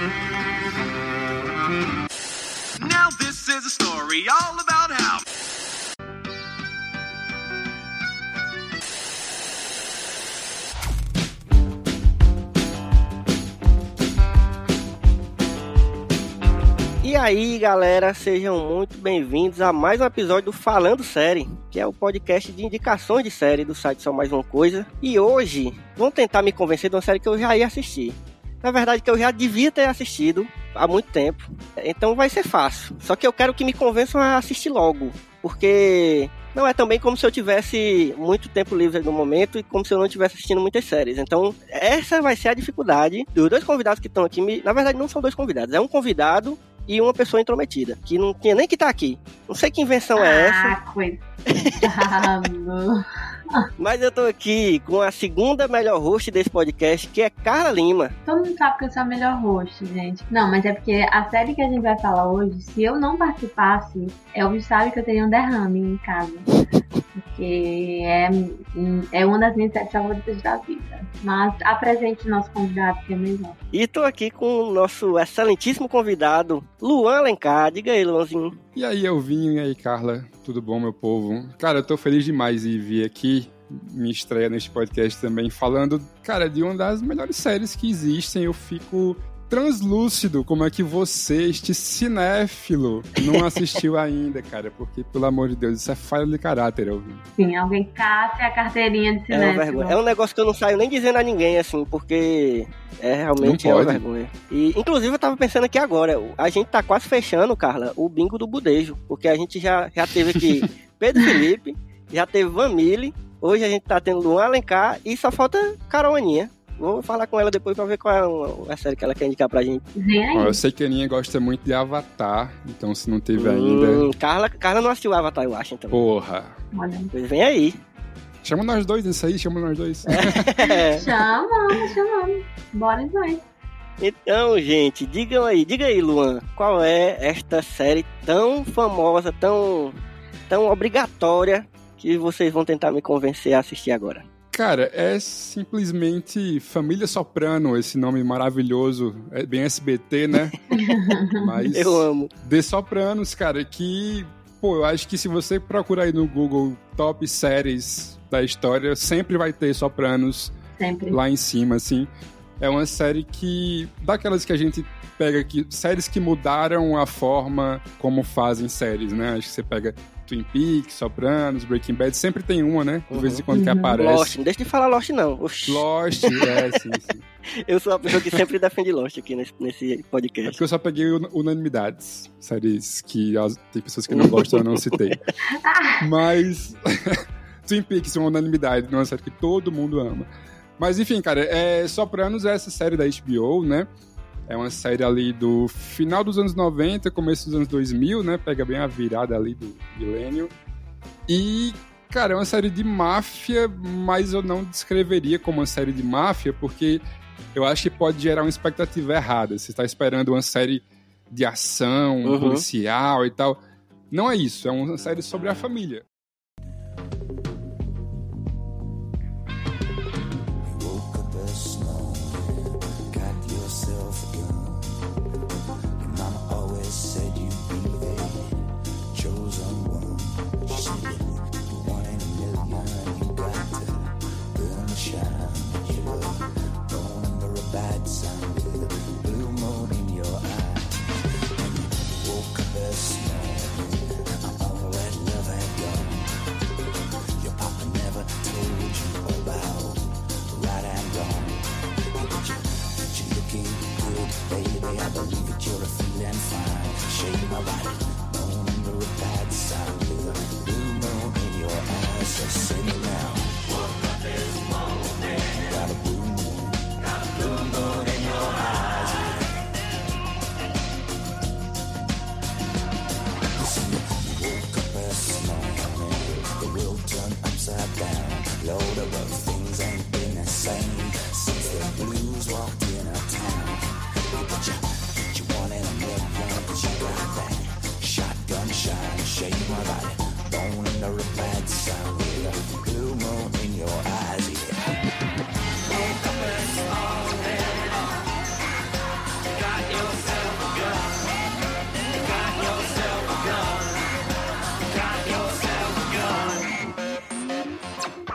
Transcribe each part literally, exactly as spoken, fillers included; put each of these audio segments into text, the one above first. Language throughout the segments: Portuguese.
Now this is a story all about how... E aí, galera, sejam muito bem-vindos a mais um episódio do Falando Série, que é o podcast de indicações de série do site Só Mais Uma Coisa. E hoje, vão tentar me convencer de uma série que eu já ia assistir. Na verdade, que eu já devia ter assistido há muito tempo. Então vai ser fácil. Só que eu quero que me convençam a assistir logo, porque não é também como se eu tivesse muito tempo livre no momento e como se eu não estivesse assistindo muitas séries. Então, essa vai ser a dificuldade dos dois convidados que estão aqui. Na verdade, não são dois convidados, é um convidado e uma pessoa intrometida, que não tinha nem que estar aqui. Não sei que invenção ah, é essa. Ah, coitado. Mas eu tô aqui com a segunda melhor host desse podcast, que é Carla Lima. Todo mundo sabe que eu sou a melhor host, gente. Não, mas é porque a série que a gente vai falar hoje, se eu não participasse, Elvis sabe que eu teria um derrame em casa. Porque é, é uma das minhas séries favoritas da vida. Mas apresente o nosso convidado, que é melhor. E tô aqui com o nosso excelentíssimo convidado, Luan Alencar. Diga aí, Luanzinho. E aí, Elvinho, e aí, Carla? Tudo bom, meu povo? Cara, eu tô feliz demais de vir aqui, me estreia neste podcast também, falando, cara, de uma das melhores séries que existem. Eu fico translúcido como é que você, este cinéfilo, não assistiu ainda, cara, porque, pelo amor de Deus, isso é falha de caráter, Elvinho. Sim, alguém caça a carteirinha de cinéfilo. É uma vergonha. É um negócio que eu não saio nem dizendo a ninguém, assim, porque é realmente é uma vergonha. E, inclusive, eu tava pensando aqui agora, a gente tá quase fechando, Carla, o bingo do Budejo, porque a gente já, já teve aqui Pedro Felipe, já teve Van Mille, hoje a gente tá tendo Luan Alencar e só falta Carol Aninha. Vou falar com ela depois pra ver qual é a série que ela quer indicar pra gente. Ó, eu sei que a Aninha gosta muito de Avatar, então se não teve hum, ainda... Carla, Carla não assistiu Avatar, eu acho, então. Porra. Olha. Pois vem aí. Chama nós dois nisso aí, chama nós dois. É. Chama, chamamos. Bora nós. Então, gente, digam aí, diga aí, Luan, qual é esta série tão famosa, tão, tão obrigatória, que vocês vão tentar me convencer a assistir agora? Cara, é simplesmente Família Soprano, esse nome maravilhoso, é bem S B T, né? Mas eu amo. The Sopranos, cara, que, pô, eu acho que se você procurar aí no Google top séries da história, sempre vai ter Sopranos sempre lá em cima, assim. É uma série que, daquelas que a gente pega aqui, séries que mudaram a forma como fazem séries, né? Acho que você pega Twin Peaks, Sopranos, Breaking Bad, sempre tem uma, né? De vez em quando uhum. que aparece. Lost, não deixa de falar Lost, não. Oxi. Lost, é, sim, sim. Eu sou a pessoa que sempre defende Lost aqui nesse, nesse podcast. É porque eu só peguei unanimidades. Séries que as, tem pessoas que não gostam, eu não citei. Mas Twin Peaks é uma unanimidade, não é uma série que todo mundo ama. Mas enfim, cara, é, Sopranos é essa série da H B O, né? É uma série ali do final dos anos noventa, começo dos anos dois mil, né? Pega bem a virada ali do milênio. E, cara, é uma série de máfia, mas eu não descreveria como uma série de máfia, porque eu acho que pode gerar uma expectativa errada. Você está esperando uma série de ação, uhum. policial e tal. Não é isso, é uma série sobre a família.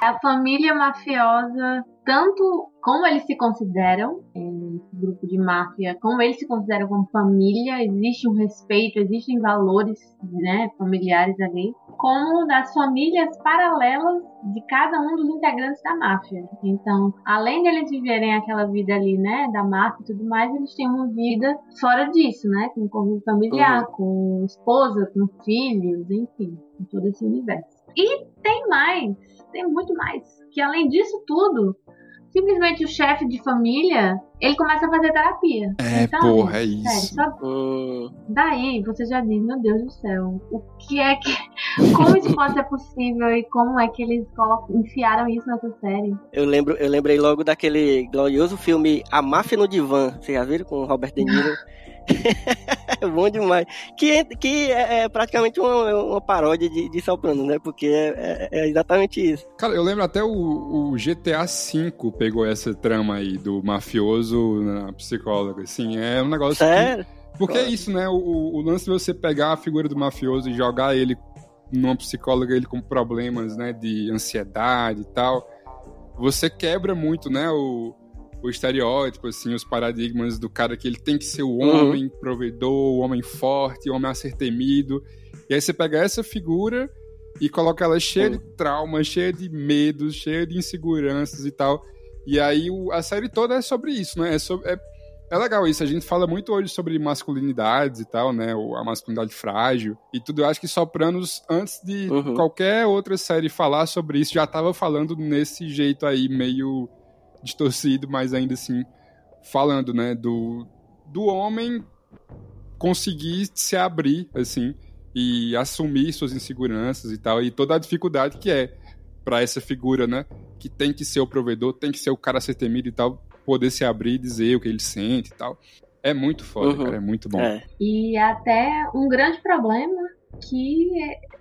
A família mafiosa, tanto como eles se consideram, esse grupo de máfia, como eles se consideram como família, existe um respeito, existem valores, né, familiares ali, como das famílias paralelas de cada um dos integrantes da máfia. Então, além deles viverem aquela vida ali, né, da máfia e tudo mais, eles têm uma vida fora disso, né, com convívio familiar, uhum. com esposa, com filhos, enfim, com todo esse universo. E tem mais, tem muito mais, que além disso tudo, simplesmente o chefe de família, ele começa a fazer terapia. É, então, porra, é isso. Sério, só... uh... Daí você já diz, meu Deus do céu, o que é que... Como isso pode ser possível e como é que eles colocam... enfiaram isso nessa série? Eu, lembro, eu lembrei logo daquele glorioso filme A Máfia no Divã, vocês já viram? Com o Robert De Niro. É bom demais. Que, que é, é praticamente uma, uma paródia de, de Sopranos, né? Porque é, é, é exatamente isso. Cara, eu lembro até o, o G T A cinco pegou essa trama aí do mafioso na psicóloga. Assim, é um negócio. Sério? Que, porque é isso, né? O, o lance de você pegar a figura do mafioso e jogar ele numa psicóloga, ele com problemas, né? De ansiedade e tal. Você quebra muito, né? O. O estereótipo, assim, os paradigmas do cara que ele tem que ser o homem uhum. provedor, o homem forte, o homem a ser temido. E aí você pega essa figura e coloca ela cheia uhum. de traumas, cheia de medos, cheia de inseguranças e tal. E aí o, a série toda é sobre isso, né? É, sobre, é, é legal isso. A gente fala muito hoje sobre masculinidades e tal, né? A masculinidade frágil e tudo. Eu acho que Sopranos, antes de uhum. qualquer outra série falar sobre isso, já tava falando nesse jeito aí, meio... distorcido, mas ainda assim falando, né, do, do homem conseguir se abrir, assim, e assumir suas inseguranças e tal, e toda a dificuldade que é pra essa figura, né, que tem que ser o provedor, tem que ser o cara a ser temido e tal, poder se abrir e dizer o que ele sente e tal. É muito foda, uhum. cara, é muito bom. É. E até um grande problema que...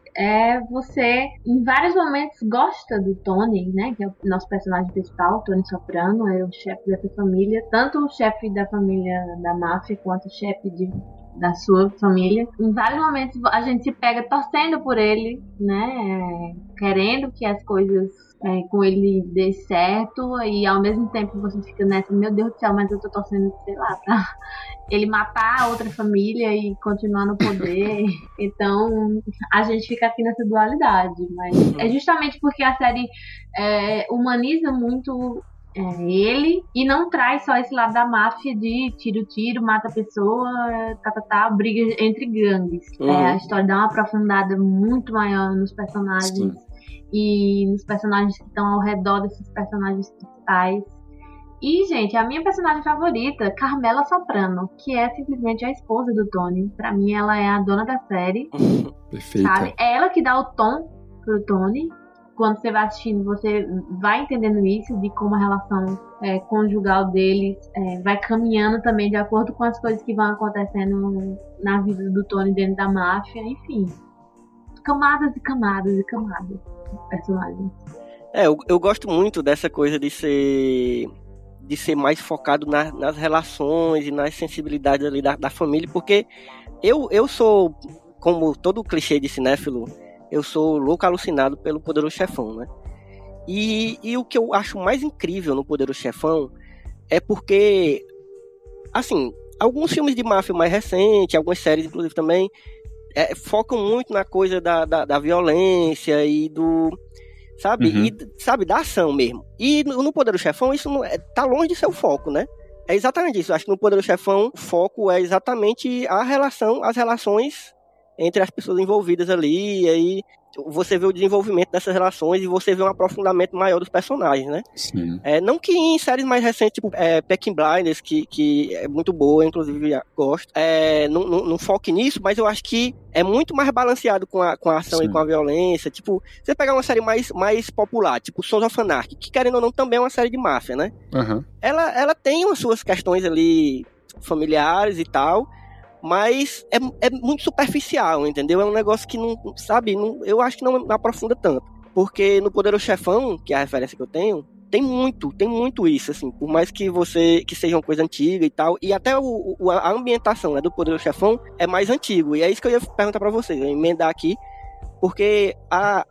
é você, em vários momentos, gosta do Tony, né? Que é o nosso personagem principal, o Tony Soprano, é o chefe dessa família. Tanto o chefe da família da máfia, quanto o chefe de, da sua família. Em vários momentos, a gente se pega torcendo por ele, né? Querendo que as coisas é, com ele dê certo. E ao mesmo tempo você fica nessa, meu Deus do céu, mas eu tô torcendo, sei lá, pra... ele matar a outra família e continuar no poder. Então, a gente fica aqui nessa dualidade. Mas é justamente porque a série é, humaniza muito é, ele e não traz só esse lado da máfia de tiro-tiro, mata a pessoa, tá, tá, tá, briga entre gangues. Uhum. É, a história dá uma aprofundada muito maior nos personagens. Sim. E nos personagens que estão ao redor desses personagens principais. E, gente, a minha personagem favorita, Carmela Soprano, que é simplesmente a esposa do Tony. Pra mim, ela é a dona da série. Perfeita. Sabe? É ela que dá o tom pro Tony. Quando você vai assistindo, você vai entendendo isso, de como a relação é, conjugal deles é, vai caminhando também de acordo com as coisas que vão acontecendo na vida do Tony dentro da máfia. Enfim, camadas e camadas e camadas de personagens. É, eu, eu gosto muito dessa coisa de ser... de ser mais focado na, nas relações e nas sensibilidades ali da, da família, porque eu, eu sou, como todo clichê de cinéfilo, eu sou louco alucinado pelo Poderoso Chefão, né? E, e o que eu acho mais incrível no Poderoso Chefão é porque, assim, alguns filmes de máfia mais recentes, algumas séries inclusive também, é, focam muito na coisa da, da, da violência e do... Sabe? Uhum. E, sabe, da ação mesmo. E no, no Poderoso Chefão, isso não é, tá longe de ser o foco, né? É exatamente isso. Eu acho que no Poderoso Chefão, o foco é exatamente a relação, as relações entre as pessoas envolvidas ali, e aí você vê o desenvolvimento dessas relações e você vê um aprofundamento maior dos personagens, né? Sim. É, não que em séries mais recentes, tipo é, Peaky Blinders, que, que é muito boa, inclusive gosto, é, não, não, não foque nisso, mas eu acho que é muito mais balanceado com a, com a ação Sim. e com a violência. Tipo, você pegar uma série mais, mais popular, tipo Sons of Anarchy, que querendo ou não também é uma série de máfia, né? Uhum. Ela, ela tem as suas questões ali familiares e tal, mas é, é muito superficial, entendeu? É um negócio que não, sabe, não, eu acho que não, não aprofunda tanto. Porque no Poderoso Chefão, que é a referência que eu tenho, tem muito, tem muito isso, assim, por mais que você, que seja uma coisa antiga e tal, e até o, o, a ambientação, né, do Poderoso Chefão é mais antigo, e é isso que eu ia perguntar pra vocês, eu ia emendar aqui, porque a,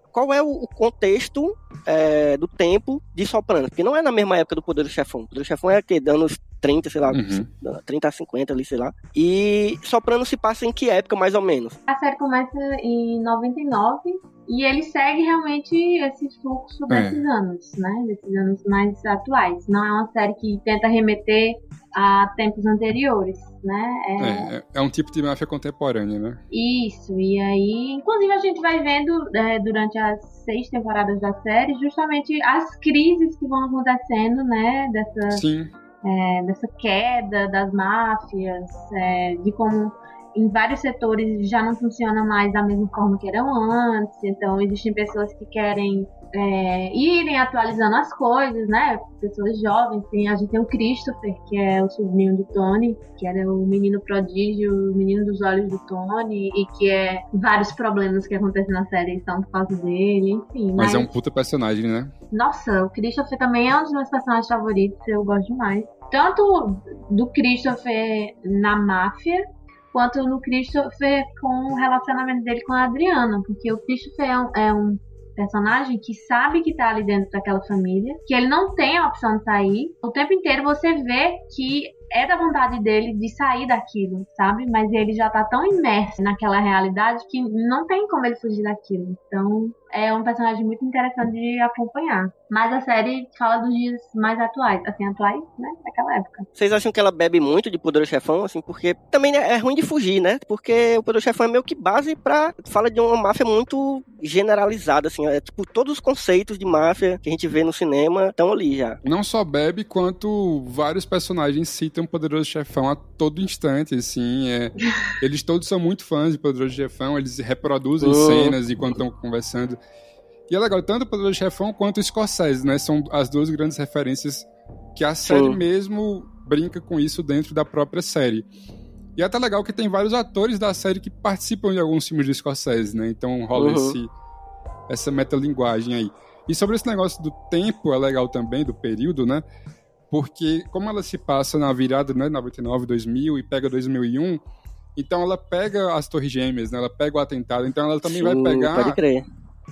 qual é o, o contexto é, do tempo de Sopranos, porque não é na mesma época do Poderoso Chefão. O Poderoso Chefão é aqui, anos trinta, sei lá, uhum. trinta a cinquenta ali, sei lá. E Sopranos se passa em que época, mais ou menos? A série começa em noventa e nove e ele segue realmente esse fluxo desses é. anos, né? Desses anos mais atuais. Não é uma série que tenta remeter a tempos anteriores, né? É, é, é um tipo de máfia contemporânea, né? Isso, e aí, inclusive a gente vai vendo é, durante as seis temporadas da série, justamente as crises que vão acontecendo, né? Dessa, Sim. É, dessa queda das máfias, é, de como em vários setores já não funciona mais da mesma forma que eram antes, então existem pessoas que querem é, irem atualizando as coisas, né? Pessoas jovens, tem, a gente tem o Christopher, que é o sobrinho do Tony, que era o menino prodígio, o menino dos olhos do Tony, e que é vários problemas que acontecem na série são por causa dele, enfim. Mas, mas é um puta personagem, né? Nossa, o Christopher também é um dos meus personagens favoritos, eu gosto demais. Tanto do Christopher na máfia, quanto no Christopher com o relacionamento dele com a Adriana, porque o Christopher é um, é um personagem que sabe que tá ali dentro daquela família, que ele não tem a opção de sair. O tempo inteiro você vê que é da vontade dele de sair daquilo, sabe? Mas ele já tá tão imerso naquela realidade que não tem como ele fugir daquilo. Então, é um personagem muito interessante de acompanhar. Mas a série fala dos dias mais atuais, assim, atuais, né? Daquela época. Vocês acham que ela bebe muito de Poderoso Chefão, assim, porque também é ruim de fugir, né? Porque o Poderoso Chefão é meio que base pra... Fala de uma máfia muito generalizada, assim, é tipo, todos os conceitos de máfia que a gente vê no cinema estão ali já. Não só bebe, quanto vários personagens citam Poderoso Chefão a todo instante, assim, é... eles todos são muito fãs de Poderoso Chefão, eles reproduzem uhum. cenas enquanto estão conversando. E é legal, tanto o Poderoso Chefão quanto o Scorsese, né? São as duas grandes referências que a série Sim. mesmo brinca com isso dentro da própria série. E é até legal que tem vários atores da série que participam de alguns filmes do Scorsese, né? Então rola uhum. esse, essa metalinguagem aí. E sobre esse negócio do tempo, é legal também, do período, né? Porque como ela se passa na virada, né? noventa e nove, dois mil e pega dois mil e um, então ela pega as Torres Gêmeas, né? Ela pega o atentado, então ela também Sim, vai pegar... Pode crer.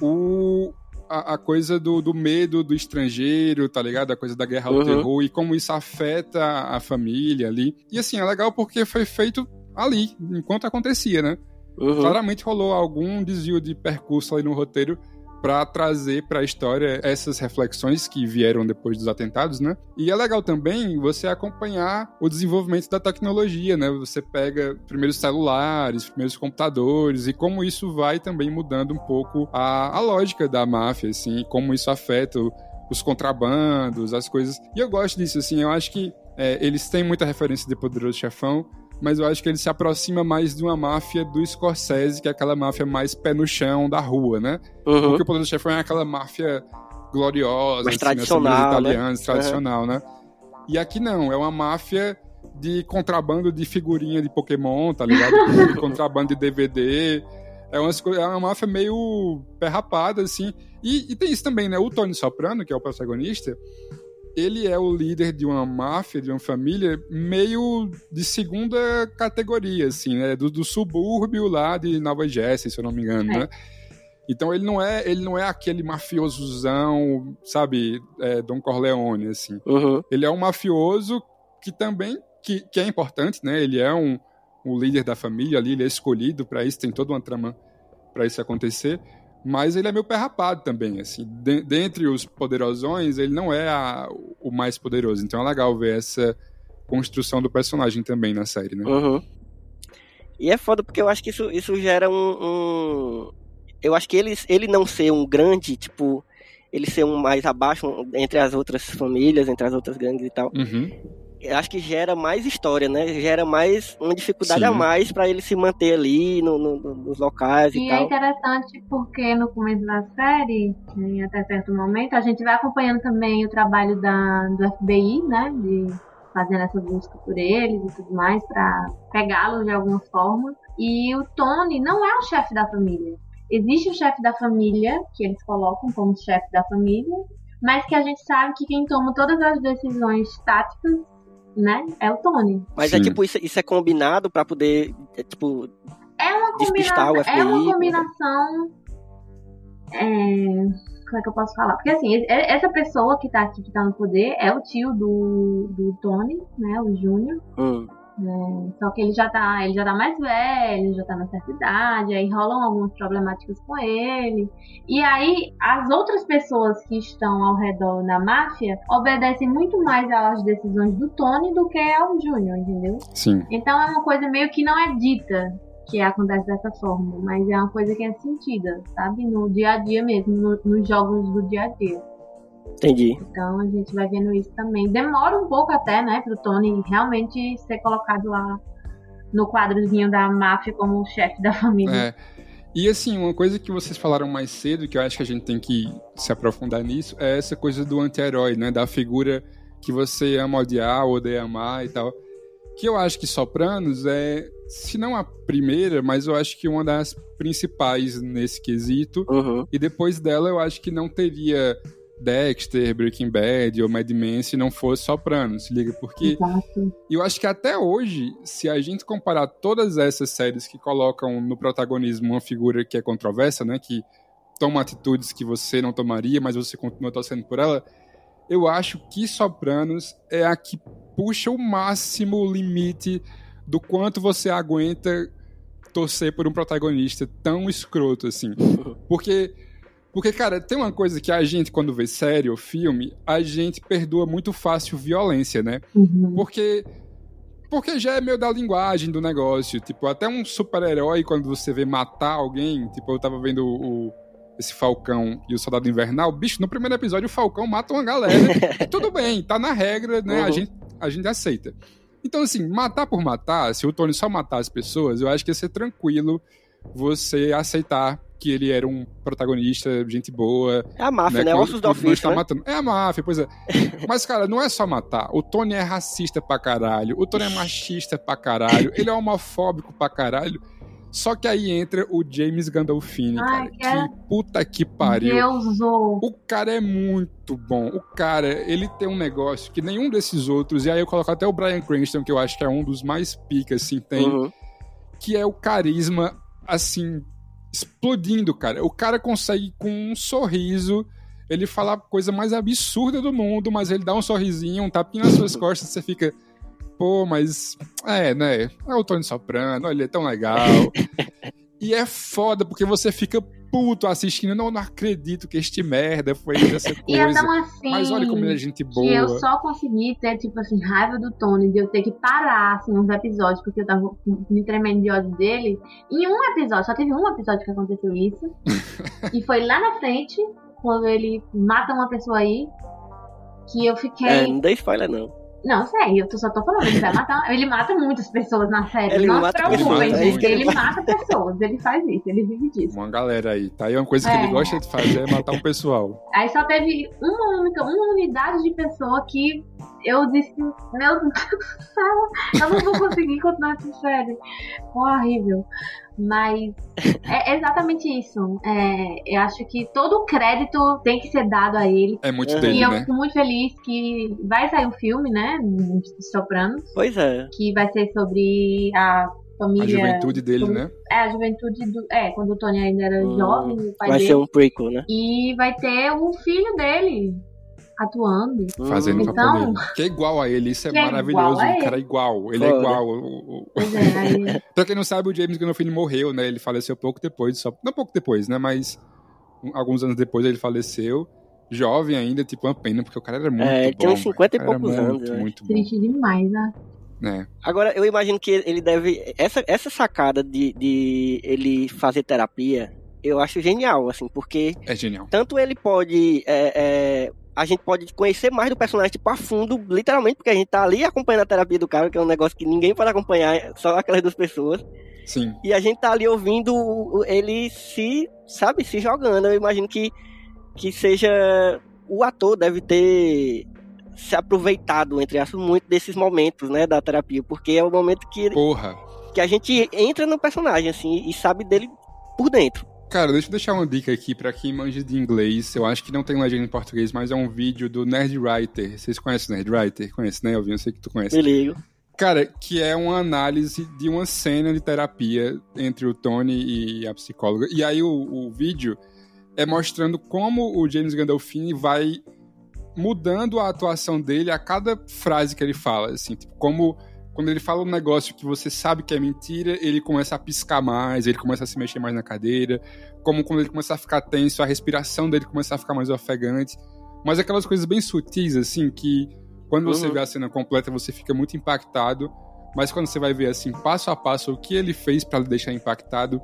O, a, a coisa do, do medo do estrangeiro, tá ligado? A coisa da guerra ao uhum. terror e como isso afeta a família ali. E assim, é legal porque foi feito ali, enquanto acontecia, né? Uhum. Claramente rolou algum desvio de percurso ali no roteiro para trazer para a história essas reflexões que vieram depois dos atentados, né? E é legal também você acompanhar o desenvolvimento da tecnologia, né? Você pega primeiros celulares, primeiros computadores e como isso vai também mudando um pouco a, a lógica da máfia, assim, como isso afeta o, os contrabandos, as coisas. E eu gosto disso, assim, eu acho que é, eles têm muita referência de Poderoso Chefão, mas eu acho que ele se aproxima mais de uma máfia do Scorsese, que é aquela máfia mais pé no chão da rua, né? Uhum. Porque o Poderoso Chefão é aquela máfia gloriosa, mais assim, tradicional, italianos, né? tradicional, uhum. né? E aqui não, é uma máfia de contrabando de figurinha de Pokémon, tá ligado? De contrabando de D V D. É uma, é uma máfia meio perrapada, assim. E, e tem isso também, né? O Tony Soprano, que é o protagonista, ele é o líder de uma máfia, de uma família meio de segunda categoria, assim, né? Do, do subúrbio lá de Nova Jersey, se eu não me engano, é. né? Então ele não é, ele não é aquele mafiosozão, sabe, é, Don Corleone, assim. Uhum. Ele é um mafioso que também, que, que é importante, né? Ele é um, um líder da família ali, ele é escolhido para isso, tem toda uma trama para isso acontecer. Mas ele é meio pé rapado também, assim. De, dentre os poderosões, ele não é a, o mais poderoso. Então é legal ver essa construção do personagem também na série, né? Uhum. E é foda porque eu acho que isso, isso gera um... um... Eu acho que ele, ele não ser um grande, tipo... Ele ser um mais abaixo um, entre as outras famílias, entre as outras gangues e tal... Uhum. Eu acho que gera mais história, né? Gera mais uma dificuldade Sim. a mais pra ele se manter ali no, no, nos locais e, e tal. E é interessante porque no começo da série, até certo momento, a gente vai acompanhando também o trabalho da, do F B I, né? De fazendo essa busca por eles e tudo mais, pra pegá-los de alguma forma. E o Tony não é o chefe da família. Existe o chefe da família, que eles colocam como chefe da família, mas que a gente sabe que quem toma todas as decisões táticas, né, é o Tony. Mas Sim. é tipo, isso, isso é combinado pra poder, é, tipo, é uma despistar o F B I? É uma combinação É, como é que eu posso falar? Porque assim, essa pessoa que tá aqui, que tá no poder, é o tio do, do Tony, né? O Júnior. Hum. É, só que ele já tá, ele já tá mais velho, já tá na certa idade, aí rolam algumas problemáticas com ele. E aí, as outras pessoas que estão ao redor da máfia obedecem muito mais às decisões do Tony do que ao Júnior, entendeu? Sim. Então é uma coisa meio que não é dita que acontece dessa forma, mas é uma coisa que é sentida, sabe? No dia a dia mesmo, no, nos jogos do dia a dia. Entendi. Então a gente vai vendo isso também. Demora um pouco até, né, pro Tony realmente ser colocado lá no quadrozinho da máfia como chefe da família. É. E assim, uma coisa que vocês falaram mais cedo, que eu acho que a gente tem que se aprofundar nisso, é essa coisa do anti-herói, né? Da figura que você ama odiar, odeia amar e tal. Que eu acho que Sopranos é, se não a primeira, mas eu acho que uma das principais nesse quesito. Uhum. E depois dela eu acho que não teria Dexter, Breaking Bad ou Mad Men se não fosse Sopranos, se liga? Porque Exato. eu acho que até hoje, se a gente comparar todas essas séries que colocam no protagonismo uma figura que é controversa, né, que toma atitudes que você não tomaria, mas você continua torcendo por ela, eu acho que Sopranos é a que puxa o máximo limite do quanto você aguenta torcer por um protagonista tão escroto assim. Porque, porque, cara, tem uma coisa que a gente, quando vê série ou filme, a gente perdoa muito fácil violência, né? Uhum. Porque, porque já é meio da linguagem do negócio. Tipo, até um super-herói, quando você vê matar alguém, tipo, eu tava vendo o... esse Falcão e o Soldado Invernal, bicho, no primeiro episódio o Falcão mata uma galera. Tudo bem, tá na regra, né? Uhum. A gente, a gente aceita. Então, assim, matar por matar, se o Tony só matar as pessoas, eu acho que ia ser tranquilo você aceitar que ele era um protagonista, gente boa. É a máfia, né? né? Ossos do ofício, né? Matando. É a máfia, pois é. Mas, cara, não é só matar. O Tony é racista pra caralho, o Tony é machista pra caralho, ele é homofóbico pra caralho. Só que aí entra o James Gandolfini, Ai, cara. é... Que puta que pariu. Deusou. O cara é muito bom. O cara, ele tem um negócio que nenhum desses outros, e aí eu coloco até o Bryan Cranston, que eu acho que é um dos mais picas, assim, tem, Uhum. que é o carisma, assim, explodindo, cara. O cara consegue, com um sorriso, ele fala a coisa mais absurda do mundo, mas ele dá um sorrisinho, um tapinha nas suas costas, você fica... Pô, mas... É, né? É o Tony Soprano, ele é tão legal. E é foda, porque você fica puto assistindo. Não, não acredito que este merda foi essa coisa. E é tão assim... Mas olha como ele é gente boa. Que eu só consegui ter, tipo assim, raiva do Tony, de eu ter que parar, assim, uns episódios, porque eu tava me tremendo de ódio dele. Em um episódio, só teve um episódio que aconteceu isso. E foi lá na frente, quando ele mata uma pessoa aí, que eu fiquei... É, não dei spoiler, não. Não, sério, eu só tô falando, ele vai matar. Ele mata muitas pessoas na série. Ele não se mata preocupem, pessoas, gente. é Ele mata pessoas, ele faz isso, ele vive disso. Uma galera aí, tá? E uma coisa que É. ele gosta de fazer é matar um pessoal. Aí só teve uma única, uma unidade de pessoa que eu disse, meu Deus do céu, eu não vou conseguir continuar essa série. Foi horrível. Mas é exatamente isso. É, eu acho que todo o crédito tem que ser dado a ele. É muito É. dele, E eu né? fico muito feliz que vai sair um filme, né? De Sopranos. Pois é. Que vai ser sobre a família... A juventude dele, sobre- né? É, a juventude do... É, quando o Tony ainda era Hum, jovem, o pai Vai dele. ser um prequel, né? E vai ter o filho dele atuando. Fazendo o Então- papel dele. Que é igual a ele, isso é Que é maravilhoso. igual a O cara é igual, ele é Foda. igual. O- o- Pois é, aí... Pra quem não sabe, o James Gandolfini morreu, né? Ele faleceu pouco depois, só... não pouco depois, né? Mas um- alguns anos depois ele faleceu. Jovem ainda, tipo, uma pena, porque o cara era muito É, ele bom. tinha uns cinquenta e velho. O cara poucos era anos, Muito, eu muito bom. Triste demais, né? Né? Agora, eu imagino que ele deve... Essa, essa sacada de, de ele fazer terapia, eu acho genial, assim, porque É genial. tanto ele pode... é, é, a gente pode conhecer mais do personagem, tipo, a fundo, literalmente, porque a gente tá ali acompanhando a terapia do cara, que é um negócio que ninguém pode acompanhar, só aquelas duas pessoas. Sim. E a gente tá ali ouvindo o- o- ele se, sabe, se jogando. Eu imagino que, que seja... O ator deve ter se aproveitado, entre aspas, muito desses momentos, né, da terapia, porque é o momento que, Porra. que a gente entra no personagem, assim, e sabe dele por dentro. Cara, deixa eu deixar uma dica aqui pra quem manja de inglês. Eu acho que não tem legenda em português, mas é um vídeo do Nerd Writer. Vocês conhecem o Nerd Writer? Conhece, né, Elvinho? Eu sei que tu conhece. Me ligo. Cara, que é uma análise de uma cena de terapia entre o Tony e a psicóloga. E aí o, o vídeo é mostrando como o James Gandolfini vai mudando a atuação dele a cada frase que ele fala, assim, tipo, como quando ele fala um negócio que você sabe que é mentira, ele começa a piscar mais, ele começa a se mexer mais na cadeira, como quando ele começa a ficar tenso, a respiração dele começa a ficar mais ofegante, mas aquelas coisas bem sutis, assim, que quando você uhum. vê a cena completa, você fica muito impactado, mas quando você vai ver, assim, passo a passo, o que ele fez pra lhe deixar impactado,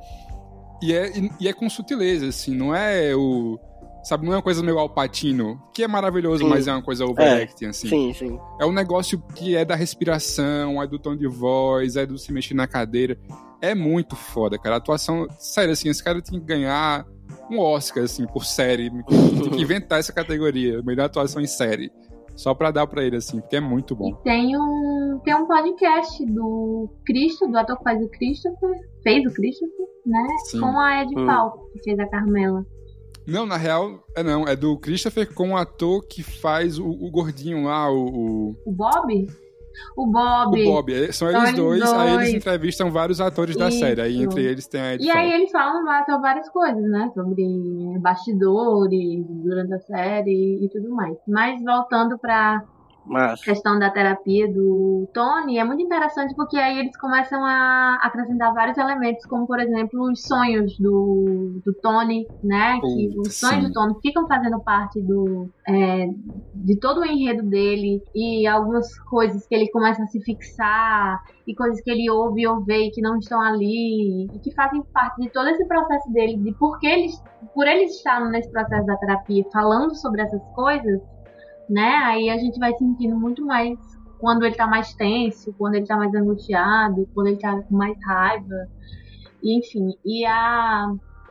e é, e, e é com sutileza, assim, não é o... Sabe, não é uma coisa meio Al Pacino, que é maravilhoso, sim. mas é uma coisa overacting, é, assim. Sim, sim. É um negócio que é da respiração, é do tom de voz, é do se mexer na cadeira. É muito foda, cara. A atuação, sério, assim, esse cara tem que ganhar um Oscar, assim, por série. Tem que inventar essa categoria, melhor atuação em série. Só pra dar pra ele, assim, porque é muito bom. E tem um, tem um podcast do Cristo, do ator que faz o Christopher, fez o Christopher, né? Sim. Com a Ed hum. Paul, que fez a Carmela. Não, na real, é não. É do Christopher com o ator que faz o, o gordinho lá, o... O, o Bob? O Bob. O Bob. É, são eles dois, dois, aí eles entrevistam vários atores Isso. da série. Aí entre eles tem a Ed E Paul. aí eles falam sobre várias coisas, né? Sobre bastidores, durante a série e tudo mais. Mas voltando pra... Mas... questão da terapia do Tony, é muito interessante porque aí eles começam a acrescentar vários elementos, como por exemplo os sonhos do, do Tony, né, que uh, os sonhos sim. do Tony ficam fazendo parte do é, de todo o enredo dele, e algumas coisas que ele começa a se fixar e coisas que ele ouve ou vê e que não estão ali e que fazem parte de todo esse processo dele, de por que ele, por ele estar nesse processo da terapia falando sobre essas coisas, né? Aí a gente vai sentindo muito mais quando ele tá mais tenso, quando ele tá mais angustiado, quando ele tá com mais raiva, e, enfim. E a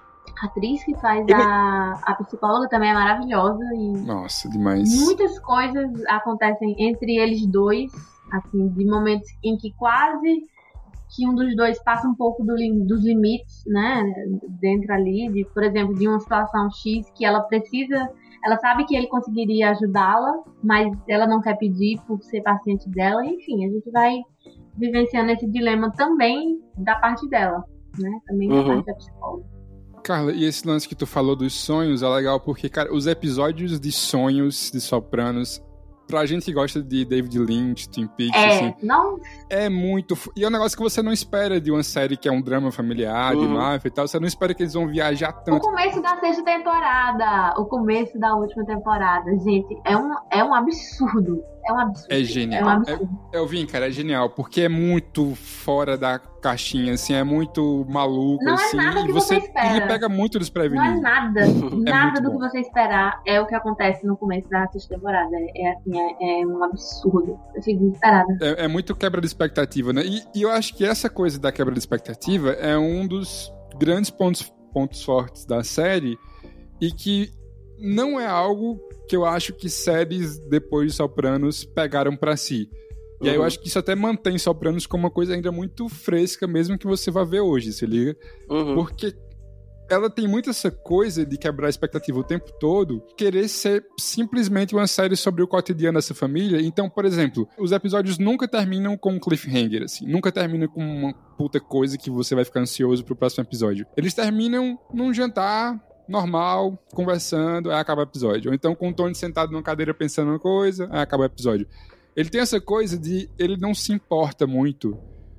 atriz que faz a, a psicóloga também é maravilhosa e nossa, demais. Muitas coisas acontecem entre eles dois, assim, de momentos em que quase que um dos dois passa um pouco do, dos limites, né? Dentro ali, de, por exemplo, de uma situação X que ela precisa. Ela sabe que ele conseguiria ajudá-la, mas ela não quer pedir por ser paciente dela. Enfim, a gente vai vivenciando esse dilema também da parte dela, né? Também da uhum. parte da psicóloga. Carla, e esse lance que tu falou dos sonhos é legal porque, cara, os episódios de sonhos de Sopranos, pra gente que gosta de David Lynch, Twin Peaks, é, assim, não... é muito... E é um negócio que você não espera de uma série que é um drama familiar, uhum. de máfia e tal, você não espera que eles vão viajar tanto. O começo da sexta temporada, o começo da última temporada, gente, é um, é um absurdo. É um absurdo. É genial. É um absurdo. É, eu vi, cara, é genial, porque é muito fora da caixinha, assim, é muito maluco, não assim. Não é nada que você, você espera. Ele pega muito desprevenido. Não é nada, é nada do bom. que você esperar é o que acontece no começo da sexta temporada. É, é assim, é, é um absurdo. Eu fico desesperada. É, é muito quebra de expectativa, né? E, e eu acho que essa coisa da quebra de expectativa é um dos grandes pontos, pontos fortes da série e que não é algo que eu acho que séries depois de Sopranos pegaram pra si. E uhum. aí eu acho que isso até mantém Sopranos como uma coisa ainda muito fresca, mesmo que você vá ver hoje, se liga? Uhum. Porque ela tem muito essa coisa de quebrar a expectativa o tempo todo, querer ser simplesmente uma série sobre o cotidiano dessa família. Então, por exemplo, os episódios nunca terminam com um cliffhanger, assim. Nunca terminam com uma puta coisa que você vai ficar ansioso pro próximo episódio. Eles terminam num jantar normal, conversando, aí acaba o episódio. Ou então com o Tony sentado numa cadeira pensando uma coisa, aí acaba o episódio. Ele tem essa coisa de... Ele não se importa muito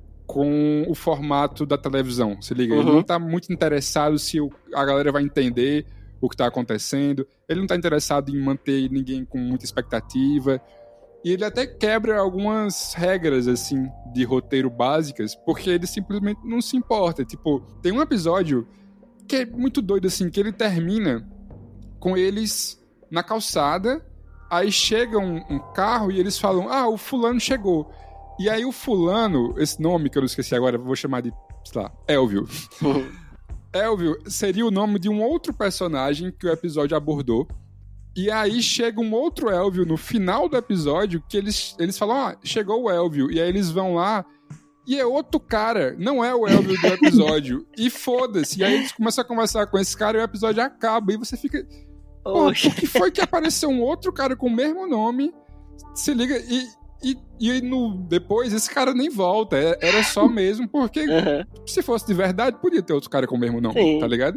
com o formato da televisão, se liga? Uhum. Ele não tá muito interessado se o, a galera vai entender o que tá acontecendo. Ele não tá interessado em manter ninguém com muita expectativa. E ele até quebra algumas regras, assim, de roteiro básicas, porque ele simplesmente não se importa. Tipo, tem um episódio que é muito doido, assim, que ele termina com eles na calçada, aí chega um, um carro e eles falam, ah, o fulano chegou. E aí o fulano, esse nome que eu não esqueci agora, vou chamar de, sei lá, Elvio. Uhum. Elvio seria o nome de um outro personagem que o episódio abordou. E aí chega um outro Elvio no final do episódio que eles, eles falam, ah, chegou o Elvio. E aí eles vão lá e é outro cara, não é o Elvio do episódio. E foda-se. E aí eles começam a conversar com esse cara e o episódio acaba. E você fica... Pô, por que foi que apareceu um outro cara com o mesmo nome? Se liga... E... E, e no, depois esse cara nem volta, era só mesmo porque uhum. se fosse de verdade podia ter outro cara com o mesmo nome, Sim. tá ligado?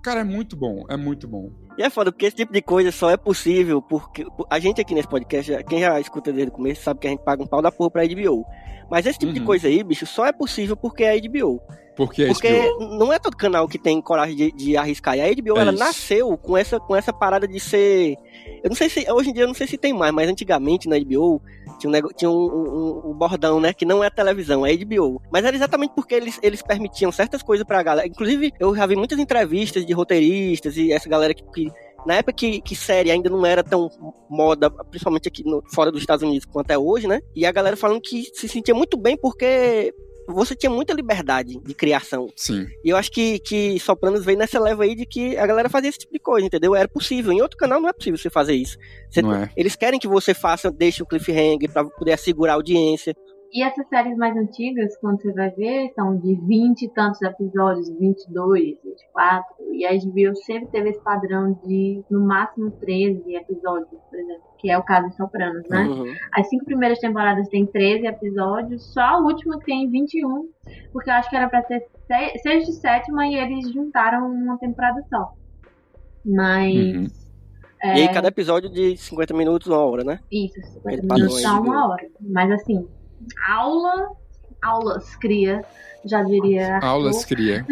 Cara, é muito bom, é muito bom. E é foda, porque esse tipo de coisa só é possível porque a gente aqui nesse podcast, quem já escuta desde o começo, sabe que a gente paga um pau da porra pra H B O. Mas esse tipo uhum. de coisa aí, bicho, só é possível porque é H B O. Porque, porque H B O. Não é todo canal que tem coragem de, de arriscar. E a H B O, é ela isso. nasceu com essa, com essa parada de ser... Eu não sei se... Hoje em dia eu não sei se tem mais, mas antigamente na H B O tinha um, nego... tinha um, um, um bordão, né? Que não é televisão, é H B O. Mas era exatamente porque eles, eles permitiam certas coisas pra galera. Inclusive, eu já vi muitas entrevistas de roteiristas e essa galera que... que na época que, que série ainda não era tão moda, principalmente aqui no, fora dos Estados Unidos quanto é hoje, né? E a galera falando que se sentia muito bem porque você tinha muita liberdade de criação. Sim. E eu acho que, que Sopranos veio nessa leva aí de que a galera fazia esse tipo de coisa, entendeu? Era possível. Em outro canal não é possível você fazer isso. Você, não é. Eles querem que você faça, deixe o cliffhanger pra poder assegurar a audiência. E essas séries mais antigas, quando você vai ver, são de vinte e tantos episódios, vinte e dois, vinte e quatro. E a H B O sempre teve esse padrão de, no máximo, treze episódios, por exemplo. Que é o caso de Sopranos, né? Uhum. As cinco primeiras temporadas tem treze episódios, só a última que tem vinte e um. Porque eu acho que era pra ter seis de sétima e eles juntaram uma temporada só. Mas... Uhum. É... E aí cada episódio de cinquenta minutos, uma hora, né? Isso, cinquenta minutos só uma hora. Mas assim... Aula, aulas cria, já diria. Aulas cria.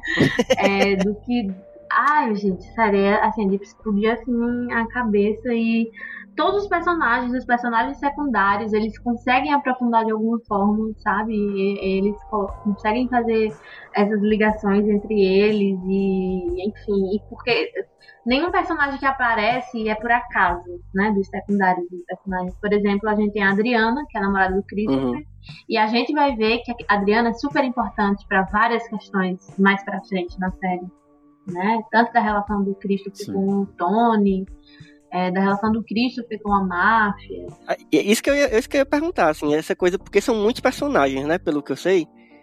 É, do que. Ai, gente, sério, assim, de explodir assim a cabeça e todos os personagens, os personagens secundários, eles conseguem aprofundar de alguma forma, sabe? E, eles conseguem fazer essas ligações entre eles e, enfim, e porque nenhum personagem que aparece é por acaso, né, dos secundários dos personagens. Por exemplo, a gente tem a Adriana, que é a namorada do Christopher, uhum. e a gente vai ver que a Adriana é super importante para várias questões mais pra frente na série, né? Tanto da relação do Christopher Sim. com o Tony, é, da relação do Christopher com a máfia. Isso que, eu ia, isso que eu ia perguntar, assim, essa coisa, porque são muitos personagens, né, pelo que eu sei.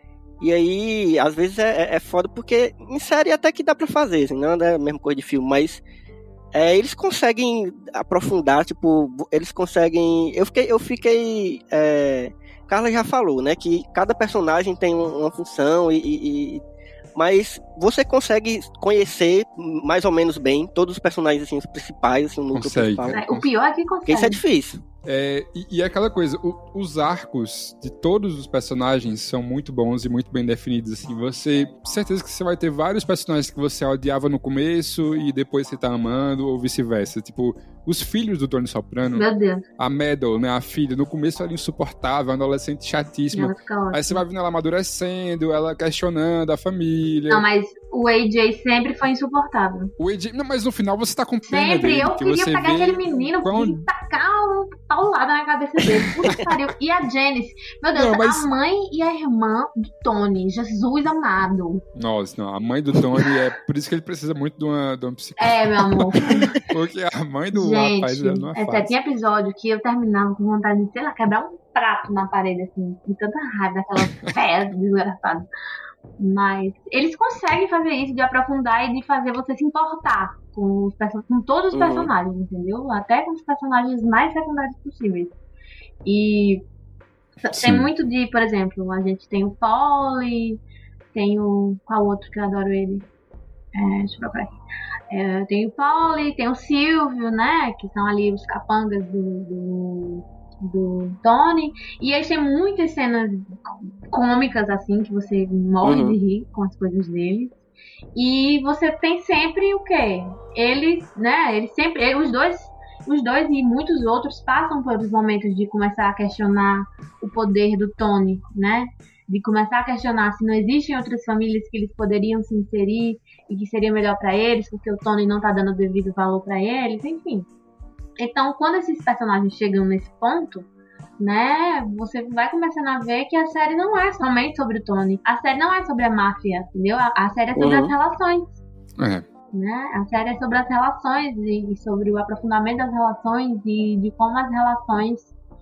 E aí, às vezes é, é foda porque em série até que dá pra fazer, assim, não é a mesma coisa de filme, mas é, eles conseguem aprofundar, tipo, eles conseguem... Eu fiquei... Eu fiquei é, Carla já falou, né, que cada personagem tem uma função e, e, e... Mas você consegue conhecer mais ou menos bem todos os personagens, assim, os principais, assim, o núcleo consegue, principal. É, o pior é que consegue. Porque isso é difícil. É, e, e é aquela coisa, o, os arcos de todos os personagens são muito bons e muito bem definidos, assim, você, certeza que você vai ter vários personagens que você odiava no começo e depois você tá amando, ou vice-versa, tipo, os filhos do Tony Soprano, Meu Deus. A Meadow, né, a filha, no começo ela era insuportável, uma adolescente chatíssima, aí você vai vendo ela amadurecendo, ela questionando a família. Não, mas o A J sempre foi insuportável. O A J, não, mas no final você tá com pena sempre, dele. eu queria pegar aquele menino quão... e tacar um paulada na cabeça dele. Puta que pariu. E a Janice, meu Deus, não, mas... a mãe e a irmã do Tony, Jesus amado. Nossa, não, a mãe do Tony é por isso que ele precisa muito de uma, de uma psicóloga. É, meu amor. Porque a mãe do Gente, rapaz não é fácil. É, tinha episódio que eu terminava com vontade de, sei lá, quebrar um prato na parede, assim, com tanta raiva daquela fé desgraçada. Mas eles conseguem fazer isso, de aprofundar e de fazer você se importar com, os, com todos os uhum. personagens, entendeu? Até com os personagens mais secundários possíveis. E Sim. tem muito de, por exemplo, a gente tem o Paulie, tem o... qual outro que eu adoro ele? É, deixa eu procurar aqui. É, tem o Paulie, tem o Silvio, né? Que são ali os capangas do... do do Tony, e eles têm muitas cenas cômicas assim, que você morre uhum. de rir com as coisas deles, e você tem sempre o quê? Eles, né, eles sempre, os dois os dois e muitos outros passam por os momentos de começar a questionar o poder do Tony, né, de começar a questionar se não existem outras famílias que eles poderiam se inserir e que seria melhor pra eles, porque o Tony não tá dando o devido valor pra eles, enfim. Então, quando esses personagens chegam nesse ponto, né, você vai começando a ver que a série não é somente sobre o Tony. A série não é sobre a máfia, entendeu? A, a série é sobre uhum. as relações. É. Né? A série é sobre as relações e, e sobre o aprofundamento das relações e de como as relações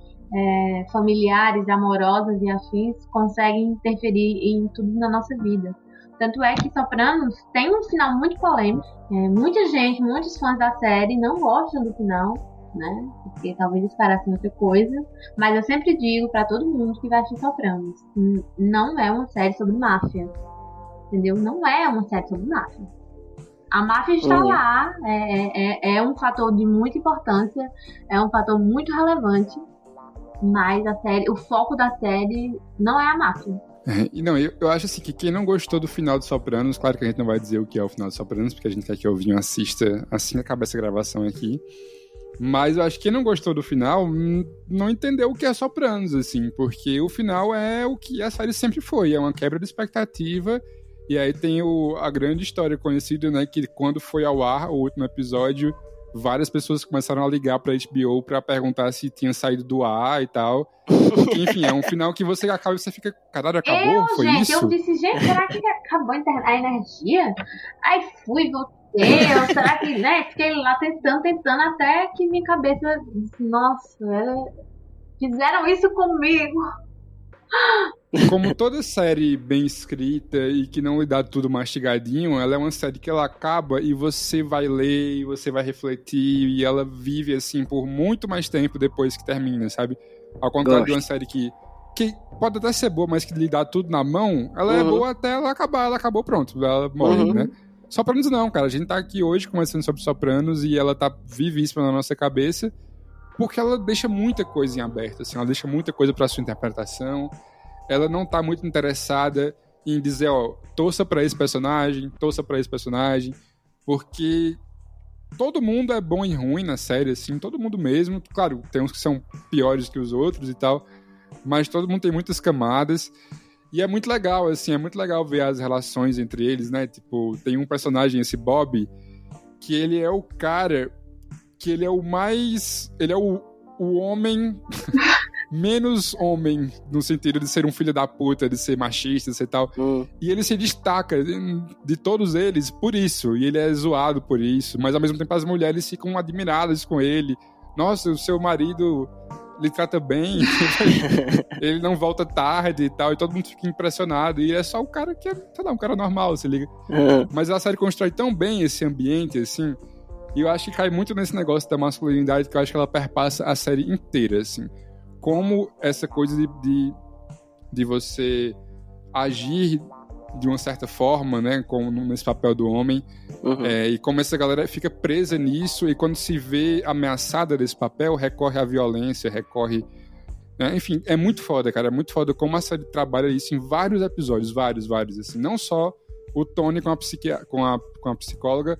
é, familiares, amorosas e afins conseguem interferir em tudo na nossa vida. Tanto é que Sopranos tem um final muito polêmico. É, muita gente, muitos fãs da série não gostam do final, né? Porque talvez esperassem outra coisa. Mas eu sempre digo pra todo mundo que vai assistir Sopranos: não é uma série sobre máfia. Entendeu? Não é uma série sobre máfia. A máfia está Uhum. lá, é, é, é um fator de muita importância, é um fator muito relevante, mas a série, o foco da série não é a máfia. É, e não, eu, eu acho assim que quem não gostou do final de Sopranos, claro que a gente não vai dizer o que é o final de Sopranos, porque a gente quer que o Ovinho assista assim que acabar essa gravação aqui. Mas eu acho que quem não gostou do final hum, não entendeu o que é Sopranos, assim, porque o final é o que a série sempre foi, é uma quebra de expectativa. E aí tem o, a grande história conhecida, né, que quando foi ao ar o último episódio, várias pessoas começaram a ligar pra H B O pra perguntar se tinha saído do ar e tal. Porque, enfim, é um final que você acaba e você fica, caralho, acabou? Eu, Foi gente, isso? eu disse, gente, será que acabou a inter- a energia? Aí fui, voltei, ou será que, né, fiquei lá tentando, tentando, até que minha cabeça disse, nossa, é... fizeram isso comigo. Como toda série bem escrita e que não lhe dá tudo mastigadinho, ela é uma série que ela acaba e você vai ler, e você vai refletir, e ela vive assim por muito mais tempo depois que termina, sabe? Ao contrário Gosto. de uma série que, que pode até ser boa, mas que lhe dá tudo na mão, ela é Uhum. boa até ela acabar, ela acabou, pronto, ela morre, Uhum. né? Sopranos não, cara, a gente tá aqui hoje conversando sobre Sopranos e ela tá vivíssima na nossa cabeça, porque ela deixa muita coisa em aberto, assim, ela deixa muita coisa pra sua interpretação. Ela não tá muito interessada em dizer, ó, torça pra esse personagem, torça pra esse personagem, porque todo mundo é bom e ruim na série, assim, todo mundo mesmo. Claro, tem uns que são piores que os outros e tal, mas todo mundo tem muitas camadas. E é muito legal, assim, é muito legal ver as relações entre eles, né? Tipo, tem um personagem, esse Bob, que ele é o cara, que ele é o mais... Ele é o, o homem... menos homem, no sentido de ser um filho da puta, de ser machista, de ser tal. Hum. E ele se destaca de, de todos eles por isso. E ele é zoado por isso. Mas ao mesmo tempo as mulheres ficam admiradas com ele. Nossa, o seu marido lhe trata bem. Ele não volta tarde e tal. E todo mundo fica impressionado. E é só o cara que é, sei lá, um cara normal, se liga. Uhum. Mas a série constrói tão bem esse ambiente, assim. E eu acho que cai muito nesse negócio da masculinidade, que eu acho que ela perpassa a série inteira, assim. Como essa coisa de, de, de você agir de uma certa forma, né, como nesse papel do homem, Uhum. é, e como essa galera fica presa nisso, e quando se vê ameaçada desse papel, recorre à violência, recorre... Né, enfim, é muito foda, cara, é muito foda como a série trabalha isso em vários episódios, vários, vários, assim, não só o Tony com a, psiqui... com a, com a psicóloga,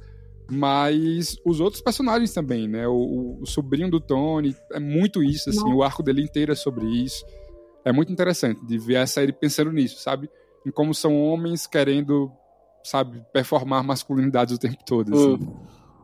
mas os outros personagens também, né? O, o sobrinho do Tony, é muito isso, assim, Não. o arco dele inteiro é sobre isso. É muito interessante de ver a série pensando nisso, sabe? Em como são homens querendo, sabe, performar masculinidade o tempo todo, assim. Hum.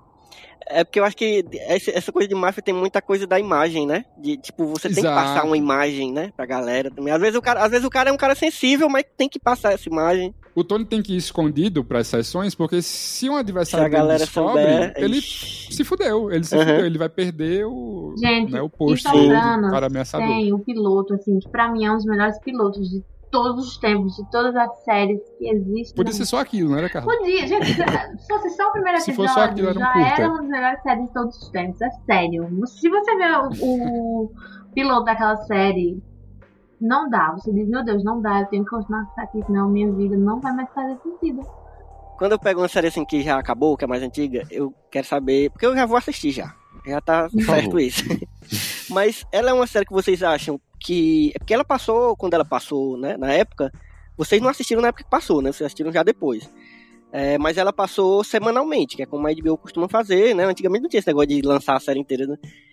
É porque eu acho que esse- essa coisa de máfia tem muita coisa da imagem, né? De, tipo, você tem que Exato. passar uma imagem, né, pra galera também. Às vezes o cara, às vezes o cara é um cara sensível, mas tem que passar essa imagem. O Tony tem que ir escondido para as sessões, porque se um Se a adversário dele galera descobre, souber... ele ixi. se fudeu, ele se Uhum. fudeu, ele vai perder o, Gente, né, o e posto de Sopranos cara ameaçador. tem o piloto, assim, que pra mim é um dos melhores pilotos de todos os tempos, de todas as séries que existem. Podia ser só aquilo, não era, Carla? Podia, gente, se fosse só o primeiro Se episódio, fosse só aquilo, era um já curta. era uma das melhores séries de todos os tempos, é sério. Se você vê o, o piloto daquela série, não dá. Você diz, meu Deus, não dá, eu tenho que continuar com isso aqui, senão minha vida não vai mais fazer sentido. Quando eu pego uma série assim que já acabou, que é mais antiga, eu quero saber... Porque eu já vou assistir já. Já tá Por certo favor. isso. Mas ela é uma série que vocês acham que... É porque ela passou, quando ela passou, né, na época... Vocês não assistiram na época que passou, né? Vocês assistiram já depois. É, mas ela passou semanalmente, que é como a H B O costuma fazer, né? Antigamente não tinha esse negócio de lançar a série inteira, né?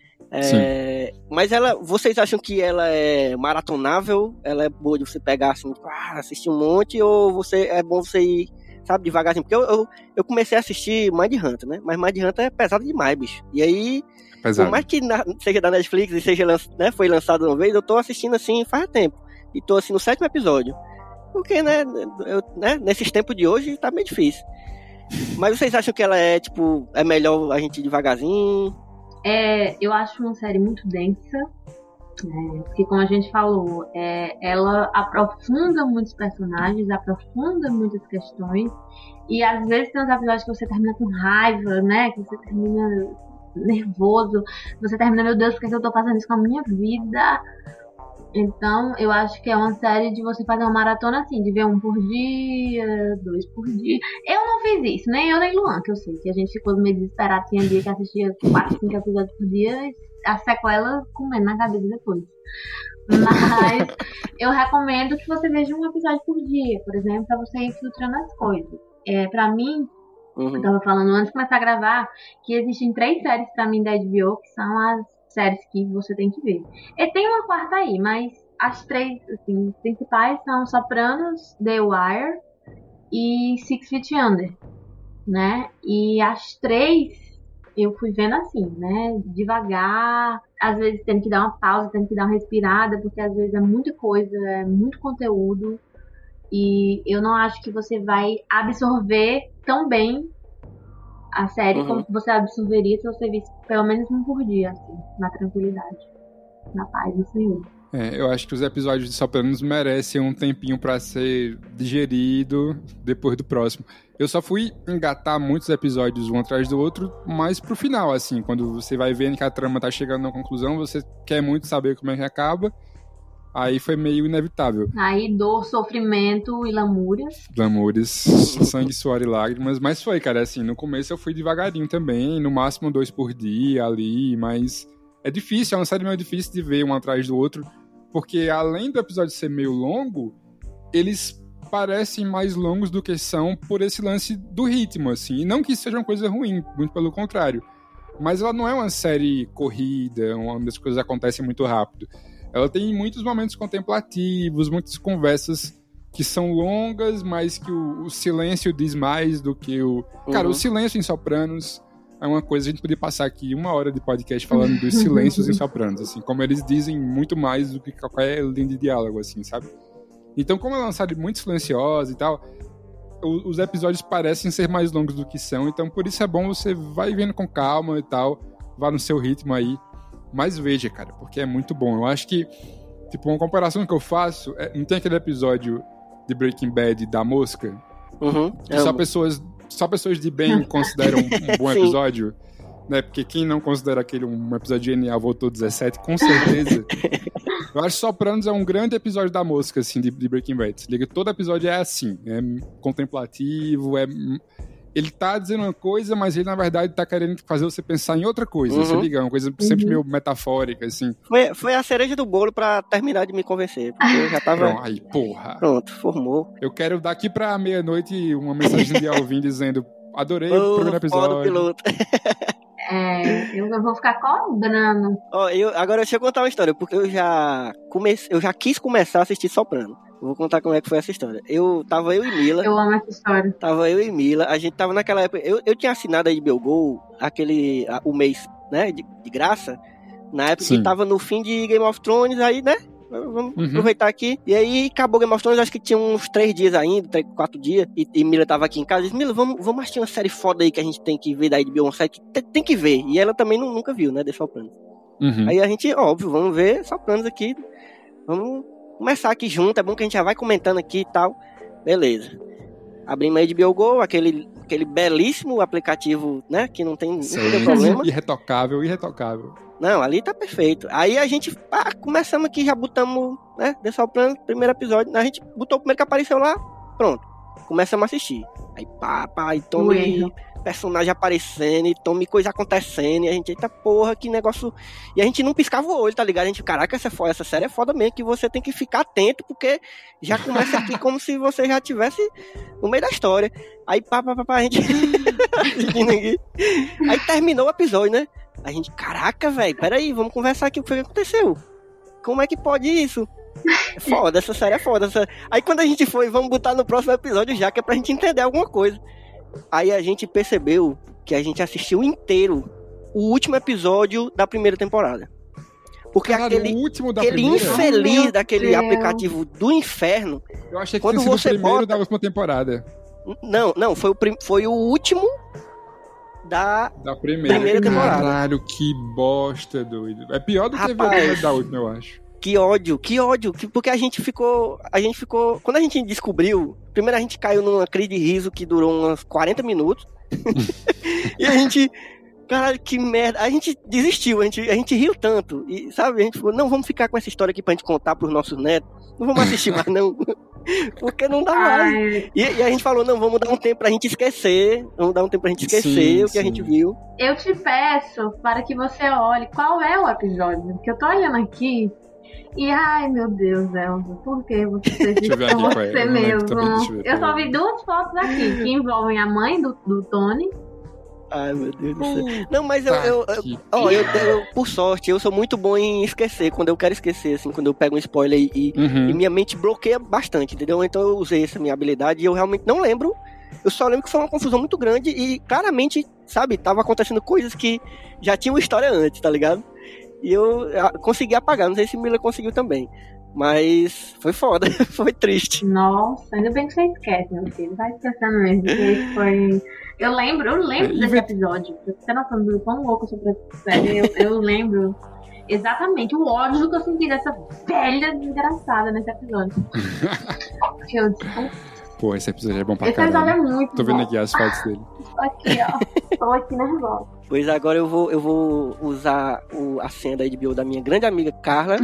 É, mas ela, vocês acham que ela é maratonável? Ela é boa de você pegar assim, ah, assistir um monte, ou você é bom você ir, sabe, devagarzinho? Porque eu, eu, eu comecei a assistir Mindhunter, né? Mas Mindhunter é pesado demais, bicho. E aí, Pesado. por mais que na, seja da Netflix e seja, né, foi lançado uma vez, eu tô assistindo assim faz tempo. E tô assim no sétimo episódio. Porque, né, eu, né, nesses tempos de hoje tá meio difícil. Mas vocês acham que ela é, tipo, é melhor a gente ir devagarzinho? É, eu acho uma série muito densa, né, porque como a gente falou, é, ela aprofunda muitos personagens, aprofunda muitas questões, e às vezes tem uns episódios que você termina com raiva, né, que você termina nervoso, você termina, meu Deus, por que eu tô fazendo isso com a minha vida? Então, eu acho que é uma série de você fazer uma maratona assim, de ver um por dia, dois por dia. Eu não fiz isso, nem eu nem Luan, que eu sei, que a gente ficou meio desesperado, tinha dia que assistia quatro, cinco episódios por dia, e a sequela comendo na cabeça depois. Mas eu recomendo que você veja um episódio por dia, por exemplo, pra você ir filtrando as coisas. É, pra mim, uhum. eu tava falando antes de começar a gravar, que existem três séries pra mim da H B O, que são as séries que você tem que ver. E tem uma quarta aí, mas as três assim, principais são Sopranos, The Wire e Six Feet Under, né? E as três eu fui vendo assim, né? Devagar, às vezes tendo que dar uma pausa, tendo que dar uma respirada, porque às vezes é muita coisa, é muito conteúdo e eu não acho que você vai absorver tão bem a série uhum. como você absorveria se você visse pelo menos um por dia, assim, na tranquilidade, na paz do Senhor. É, eu acho que os episódios de Sopranos merecem um tempinho pra ser digerido depois do próximo. Eu só fui engatar muitos episódios um atrás do outro, mas pro final, assim, quando você vai vendo que a trama tá chegando na conclusão, você quer muito saber como é que acaba. Aí foi meio inevitável. Aí dor, sofrimento e lamúrias. Lamúrias, sangue, suor e lágrimas. Mas foi, cara, assim, no começo eu fui devagarinho também, no máximo dois por dia ali, mas é difícil, é uma série meio difícil de ver um atrás do outro, porque além do episódio ser meio longo, eles parecem mais longos do que são por esse lance do ritmo, assim. E não que isso seja uma coisa ruim, muito pelo contrário. Mas ela não é uma série corrida, onde as coisas acontecem muito rápido. Ela tem muitos momentos contemplativos, muitas conversas que são longas, mas que o, o silêncio diz mais do que o... Uhum. Cara, o silêncio em Sopranos é uma coisa... A gente podia passar aqui uma hora de podcast falando dos silêncios em Sopranos, assim, como eles dizem muito mais do que qualquer linha de diálogo, assim, sabe? Então, como ela é uma série muito silenciosa e tal, o, os episódios parecem ser mais longos do que são, então por isso é bom você vai vendo com calma e tal, vá no seu ritmo aí. Mas veja, cara, porque é muito bom. Eu acho que, tipo, uma comparação que eu faço... É, não tem aquele episódio de Breaking Bad da mosca? Uhum, que só pessoas, só pessoas de bem consideram um bom episódio? Né? Porque quem não considera aquele um episódio genial voltou dezessete, com certeza. Eu acho que Sopranos é um grande episódio da mosca, assim, de, de Breaking Bad. Se liga, todo episódio é assim. É contemplativo, é... Ele tá dizendo uma coisa, mas ele, na verdade, tá querendo fazer você pensar em outra coisa. Uhum. Você liga, uma coisa sempre uhum. meio metafórica, assim. Foi, foi a cereja do bolo pra terminar de me convencer. Porque eu já tava... Pronto, aí, porra. Pronto, formou. Eu quero daqui pra meia-noite uma mensagem de Alvin dizendo: adorei oh, o primeiro episódio. Foda, piloto. É, eu vou ficar cobrando. Ó, eu, agora deixa eu contar uma história, porque eu já comecei, eu já quis começar a assistir Soprano. Vou contar como é que foi essa história. Eu tava eu e Mila. Eu amo essa história. Tava eu e Mila. A gente tava naquela época. Eu, eu tinha assinado a H B O Go, aquele. A, o mês, né? De, de graça. Na época Sim. que tava no fim de Game of Thrones, aí, né? Vamos uhum. aproveitar aqui. E aí acabou Game of Thrones, acho que tinha uns três dias ainda, três, quatro dias. E, e Mila tava aqui em casa e disse: Mila, vamos, vamos assistir uma série foda aí que a gente tem que ver da H B O, uma série que tem, tem que ver. E ela também não, nunca viu, né? De Sopranos. Uhum. Aí a gente, óbvio, vamos ver Sopranos aqui. Vamos começar aqui junto, é bom que a gente já vai comentando aqui e tal. Beleza. Abrimos a H B O Go, aquele, aquele belíssimo aplicativo, né? Que não tem, não tem problema. Irretocável, irretocável. Não, ali tá perfeito. Aí a gente, pá, começamos aqui, já botamos, né? The Sopranos, primeiro episódio. A gente botou o primeiro que apareceu lá, pronto. Começamos a assistir. Aí pá, pá, e tome personagem aparecendo, e tome coisa acontecendo, e a gente, eita porra, que negócio. E a gente não piscava o olho, tá ligado? A gente, caraca, essa, essa série é foda mesmo, que você tem que ficar atento, porque já começa aqui como se você já estivesse no meio da história. Aí pá, pá, pá, pá, a gente. Aí terminou o episódio, né? A gente, caraca, velho, peraí, vamos conversar aqui o que foi que aconteceu. Como é que pode isso? É foda, essa série é foda. Essa... Aí quando a gente foi, vamos botar no próximo episódio já, que é pra gente entender alguma coisa. Aí a gente percebeu que a gente assistiu inteiro o último episódio da primeira temporada. Porque Caralho, aquele, o último da aquele primeira? infeliz Meu daquele Deus. aplicativo do inferno. Eu achei que quando tinha sido você o primeiro bota... da última temporada. Não, não, foi o, prim... foi o último da, da primeira. primeira temporada. Caralho, que bosta, doido. É pior do que Rapaz, ver o primeiro da última, eu acho. Que ódio, que ódio, que, porque a gente ficou, a gente ficou, quando a gente descobriu, primeiro a gente caiu numa crise de riso que durou uns quarenta minutos, e a gente, Caralho, que merda. A gente desistiu, a gente, a gente riu tanto. E, sabe, a gente falou, não, vamos ficar com essa história aqui pra gente contar pros nossos netos. Não vamos assistir mais, não. Porque não dá mais. E, e a gente falou, não, vamos dar um tempo pra gente esquecer. Vamos dar um tempo pra gente esquecer sim, o que sim. a gente viu. Eu te peço para que você olhe qual é o episódio. Porque eu tô olhando aqui e, ai, meu Deus, Elza, por que você fez isso com você mesmo? Eu só vi duas fotos aqui que envolvem a mãe do, do Tony. Ai, meu Deus do céu. Não, mas eu, eu, eu, ó, eu, eu, por sorte, eu sou muito bom em esquecer, quando eu quero esquecer, assim, quando eu pego um spoiler e, uhum. e minha mente bloqueia bastante, entendeu? Então eu usei essa minha habilidade e eu realmente não lembro, eu só lembro que foi uma confusão muito grande e claramente, sabe, tava acontecendo coisas que já tinham história antes, tá ligado? E eu consegui apagar, não sei se Mila conseguiu também. Mas foi foda, foi triste. Nossa, ainda bem que você esquece, meu filho. Vai esquecendo mesmo, porque foi... Eu lembro, eu lembro desse episódio. Pra você ter noção do quão louco eu sou pra essa série, eu, eu lembro exatamente o ódio que eu senti dessa velha desgraçada nesse episódio. Que eu disse... Pô, esse episódio é bom pra esse caralho. Esse episódio é muito Tô vendo bom. aqui as fotos dele. Tô aqui, ó. Tô aqui nervosa. Pois agora eu vou, eu vou usar o, a senha da H B O da minha grande amiga Carla.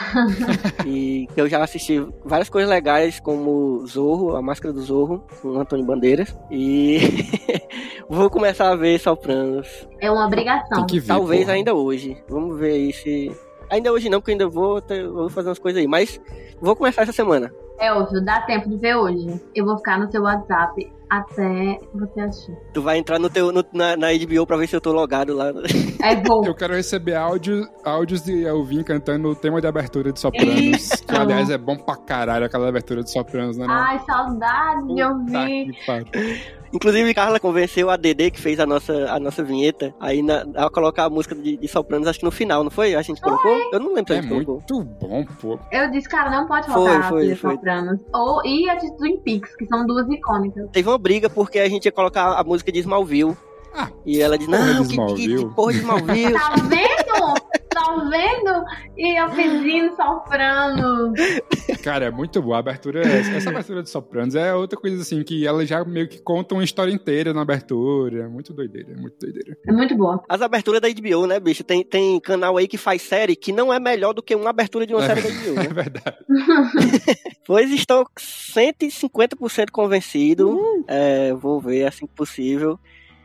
E eu já assisti várias coisas legais, como Zorro, a Máscara do Zorro, com o Antônio Bandeiras. E vou começar a ver Sopranos. É uma obrigação. Tem que ver, Talvez porra. ainda hoje. Vamos ver aí se... Ainda hoje não, porque ainda vou, ter, vou fazer umas coisas aí. Mas vou começar essa semana. É óbvio, dá tempo de ver hoje. Eu vou ficar no seu WhatsApp até você assistir. Tu vai entrar no teu, no, na, na H B O pra ver se eu tô logado lá. É bom. Eu quero receber áudio, áudios de Elvin cantando o tema de abertura de Sopranos. Isso. Que, aliás, é bom pra caralho aquela abertura de Sopranos, né? Ai, saudade de ouvir. Inclusive, Carla convenceu a Dedê, que fez a nossa, a nossa vinheta, aí na, a colocar a música de, de Sopranos, acho que no final, não foi? A gente foi. colocou? Eu não lembro se a É gente colocou. muito bom, pô. Eu disse, cara, não pode Foi, faltar foi, a foi. Sopranos. Ou, e a de Twin Peaks, que são duas icônicas. Teve uma briga porque a gente ia colocar a música de Smallville. Ah, e ela disse, porra não, de que, que, Smallville. que porra de Smallville. Tá vendo? Tá vendo? E eu pedindo Sopranos. Cara, é muito boa a abertura. Essa abertura de Sopranos é outra coisa assim, que ela já meio que conta uma história inteira na abertura. É muito doideira, é muito doideira. É muito boa. As aberturas da H B O, né, bicho? Tem, tem canal aí que faz série que não é melhor do que uma abertura de uma é, série da H B O. Né? É verdade. Pois estou cento e cinquenta por cento convencido. Uhum. É, vou ver assim que possível.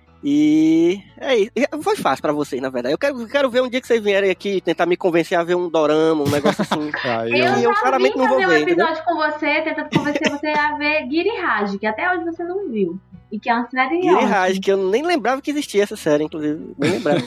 E é isso. Foi fácil pra vocês, na verdade. Eu quero, quero ver um dia que vocês vierem aqui tentar me convencer a ver um dorama, um negócio assim. Aí, eu, eu já claramente vim não vou fazer ver, um episódio né? com você, tentando convencer você a ver Girihaj, que até hoje você não viu. E que é uma série Girihaj, que eu nem lembrava que existia essa série, inclusive. Nem lembrava.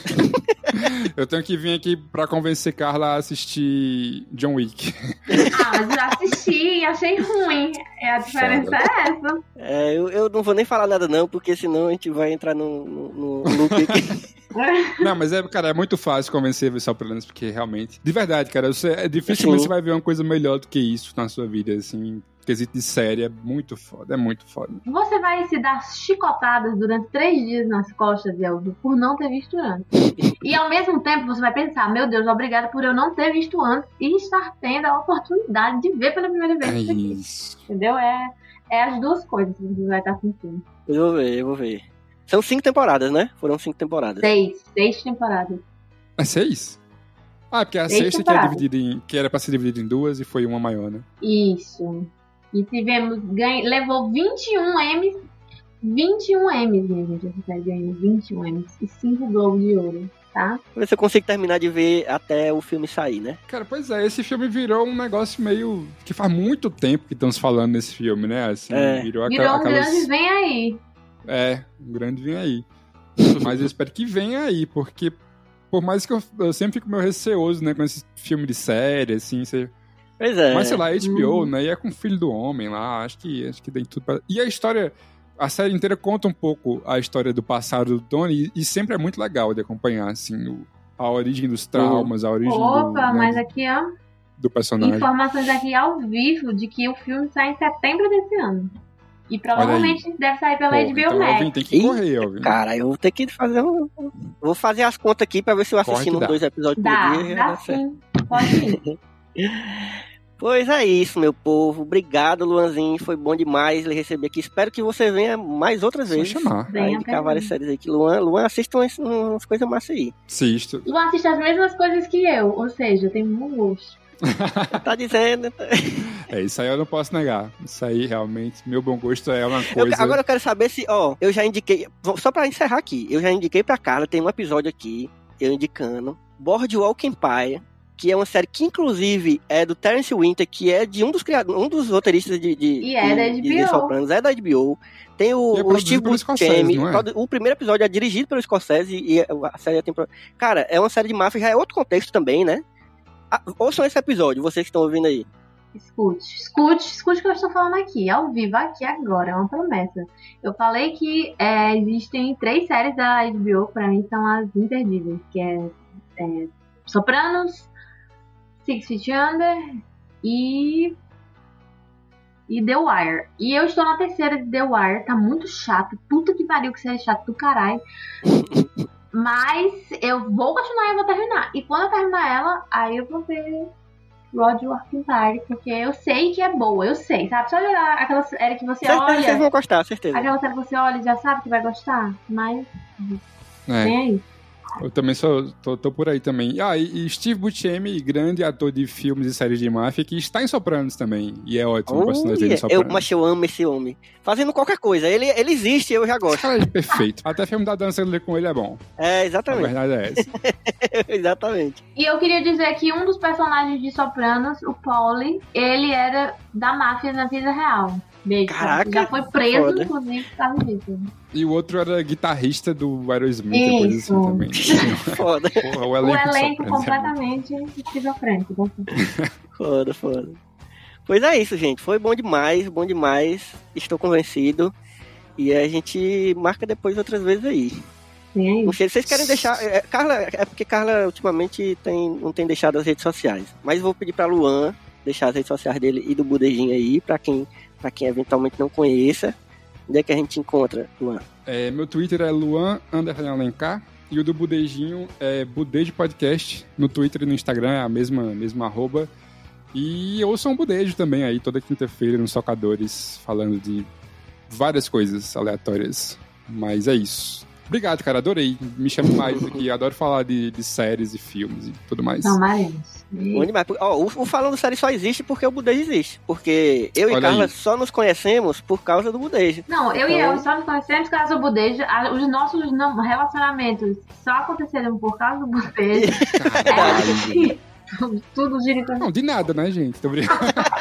Eu tenho que vir aqui pra convencer Carla a assistir John Wick. Ah, mas eu já assisti e achei ruim. A diferença Foda. é essa. É, eu, eu não vou nem falar nada não, porque senão a gente vai entrar no, no, no loop aqui. Não, mas é, cara, é muito fácil convencer a ver Sopranos, porque realmente... De verdade, cara, você, é, dificilmente Sim. você vai ver uma coisa melhor do que isso na sua vida, assim... Quesito de série, é muito foda, é muito foda. Você vai se dar chicotadas durante três dias nas costas, Elvio, por não ter visto antes. E ao mesmo tempo você vai pensar, meu Deus, obrigada por eu não ter visto antes e estar tendo a oportunidade de ver pela primeira vez. É isso. Entendeu? É, é as duas coisas que você vai estar sentindo. Eu vou ver, eu vou ver. São cinco temporadas, né? Foram cinco temporadas. Seis, seis temporadas. É seis? Ah, porque a seis sexta que, é dividida em, que era pra ser dividida em duas e foi uma maior, né? Isso. E tivemos, ganha, levou vinte e um Emmys, vinte e um Emmys, minha gente, essa série ganhou vinte e um Emmys e cinco Globos de Ouro, tá? Ver se eu consigo terminar de ver até o filme sair, né? Cara, pois é, esse filme virou um negócio meio... que faz muito tempo que estamos falando nesse filme, né? Assim, é. Virou, virou um aquelas... grande vem aí. É, um grande vem aí. Mas eu espero que venha aí, porque por mais que eu, eu sempre fico meio receoso, né, com esse filme de série, assim, você... Pois é. Mas sei lá, H B O, hum. né? E é com o filho do homem lá. Acho que, acho que tem tudo pra... E a história... A série inteira conta um pouco a história do passado do Tony. E, e sempre é muito legal de acompanhar, assim, o, a origem dos traumas, a origem Opa, do... Opa, né, mas aqui, ó... Do personagem. Informações aqui ao vivo de que o filme sai em setembro desse ano. E provavelmente deve sair pela Porra, H B O então, Max. Alvin, tem que correr, Alvin. Cara, eu vou ter que fazer um... Vou fazer as contas aqui pra ver se eu assistindo dois episódios dá, por dia. Dá, dá sim. Pode ir. Pois é isso, meu povo. Obrigado, Luanzinho. Foi bom demais lhe receber aqui. Espero que você venha mais outras Só vezes. chamar. Pra indicar várias séries aí. Que Luan, Luan assista umas, umas coisas massas aí. Assisto. Luan assiste as mesmas coisas que eu, ou seja, tem um gosto. Tá dizendo. É, isso aí eu não posso negar. Isso aí, realmente, meu bom gosto é uma coisa... Eu, agora eu quero saber se, ó, eu já indiquei... Só pra encerrar aqui. Eu já indiquei pra Carla, tem um episódio aqui, eu indicando, Boardwalk Empire, que é uma série que, inclusive, é do Terence Winter, que é de um dos criadores, um dos roteiristas de, de, e é da de, de The H B O. Sopranos, é da H B O. Tem o, é o Steve Buscemi. É? O primeiro episódio é dirigido pelo Scorsese e a série tem... Cara, é uma série de máfia, já é outro contexto também, né? Ah, ouçam esse episódio, vocês que estão ouvindo aí. Escute, escute, escute o que eu estou falando aqui, ao vivo, aqui, agora, é uma promessa. Eu falei que é, existem três séries da H B O, pra mim são as imperdíveis, que é, é Sopranos, Six Feet Under e... e The Wire. E eu estou na terceira de The Wire, tá muito chato, puta que pariu que série chato do caralho. Mas eu vou continuar e eu vou terminar. E quando eu terminar ela, aí eu vou ver Boardwalk Empire, porque eu sei que é boa, eu sei, sabe? Só olhar aquela série que você certeza olha... Vocês vão gostar, certeza. Aquela série que você olha e já sabe que vai gostar, mas... É. Vem aí. Eu também sou, tô, tô por aí também. Ah, e, e Steve Buscemi, grande ator de filmes e séries de máfia, que está em Sopranos também. E é ótimo o personagem dele em Sopranos. Eu, mas eu amo esse homem. Fazendo qualquer coisa. Ele, ele existe, eu já gosto. Esse cara é perfeito. Até filme da dança com ele é bom. É, exatamente. A verdade é essa. Exatamente. E eu queria dizer que um dos personagens de Sopranos, o Paulie, ele era da máfia na vida real. Beijo. Caraca, já foi preso, foda. inclusive, por causa disso. E o outro era guitarrista do Aerosmith, depois assim também. Foda. Porra, o O elenco, elenco Sopranos é completamente esquizofrênico. Foda, foda. Pois é isso, gente. Foi bom demais, bom demais. Estou convencido. E a gente marca depois outras vezes aí. Sim, Não sei se vocês querem deixar... É, Carla, é porque Carla ultimamente tem, não tem deixado as redes sociais. Mas vou pedir pra Luan deixar as redes sociais dele e do Budejinho aí, pra quem, pra quem eventualmente não conheça. Onde é que a gente encontra, Luan? É, meu Twitter é Luan underline Alencar e o do Budejinho é Budejo Podcast. No Twitter e no Instagram é a mesma, mesma arroba. E ouçam o Budejo também aí, toda quinta-feira nos Socadores, falando de várias coisas aleatórias. Mas é isso. Obrigado, cara, adorei. Me chame mais aqui, adoro falar de, de séries e filmes e tudo mais. Não, mas... Bom demais. Ó, o, o Falando Série só existe porque o Budejo existe. Porque eu Olha e Carla aí. só nos conhecemos por causa do Budejo. Não, eu Então- e eu só nos conhecemos por causa do Budejo. A- Os nossos não- relacionamentos só aconteceram por causa do Budejo. É assim, tudo- tudo gira em torno- Não, de nada, né, gente? Tô brincando.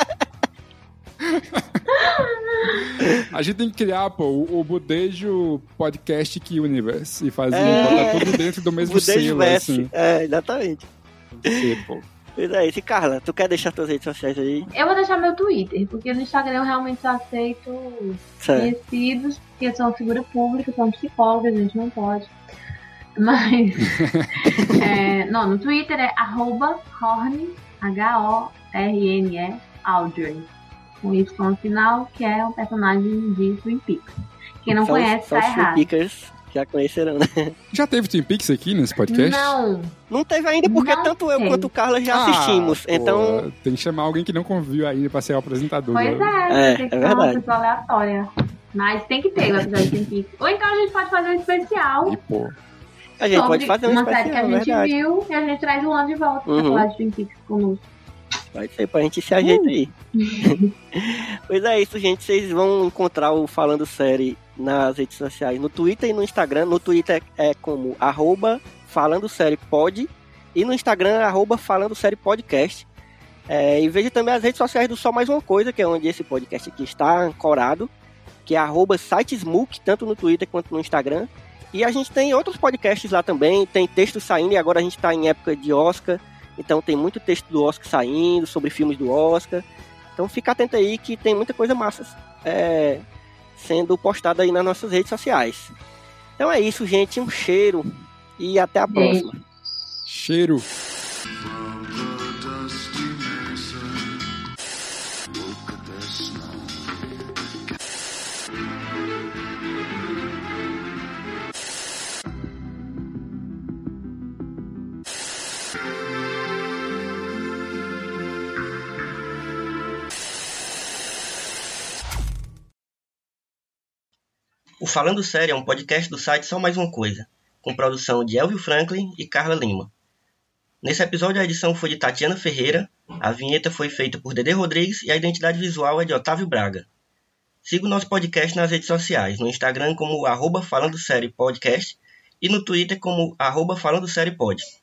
A gente tem que criar, pô, o, o Budejo Podcast Key Universe e fazer, É. botar tudo dentro do mesmo Budejo selo, Verse. assim. É, exatamente. Ser, pô. Pois é isso. E Carla, tu quer deixar tuas redes sociais aí? Eu vou deixar meu Twitter, porque no Instagram eu realmente só aceito Certo. conhecidos, porque são figura pública, são psicólogas, a gente não pode. Mas. é, não, no Twitter é arroba Horny, H O R N E, Aldrin, com Y no final, que é um personagem de Twin Peaks. Quem não Só- conhece, só tá os errado. Pickers já conhecerão, né? Já teve Twin Peaks aqui nesse podcast? Não, Não teve ainda, porque Não tanto eu tem. quanto o Carla já Ah, assistimos. pô, Então, tem que chamar alguém que não conviu ainda pra ser o apresentador. pois né? é, É, tem que é ser uma verdade. pessoa aleatória. Mas tem que ter o episódio de Twin Peaks. Ou então a gente pode fazer um especial E, pô, a gente sobre pode fazer um uma série que especial, a gente verdade. viu e a gente traz o Luan de volta pra Uhum. falar de Twin Peaks conosco. Vai ser pra gente se ajeitar aí. Pois é isso, gente. Vocês vão encontrar o Falando Série nas redes sociais, no Twitter e no Instagram. No Twitter é como arroba Falando Série Pod e no Instagram é arroba Falando Série Podcast. É, e veja também as redes sociais do Só Mais Uma Coisa, que é onde esse podcast aqui está ancorado, que é arroba sitesmook, tanto no Twitter quanto no Instagram. E a gente tem outros podcasts lá também, tem textos saindo, e agora a gente está em época de Oscar, então tem muito texto do Oscar saindo, sobre filmes do Oscar. Então fica atento aí que tem muita coisa massa é, sendo postada aí nas nossas redes sociais. Então é isso, gente. Um cheiro e até a Beijo. próxima. cheiro. From the dusty mesa, woke up this morning. O Falando Sério é um podcast do site Só Mais Uma Coisa, com produção de Elvio Franklin e Carla Lima. Nesse episódio a edição foi de Tatiana Ferreira, a vinheta foi feita por Dedê Rodrigues e a identidade visual é de Otávio Braga. Siga o nosso podcast nas redes sociais, no Instagram como arroba Falando Sério Podcast e no Twitter como arroba Falando Sério Pod.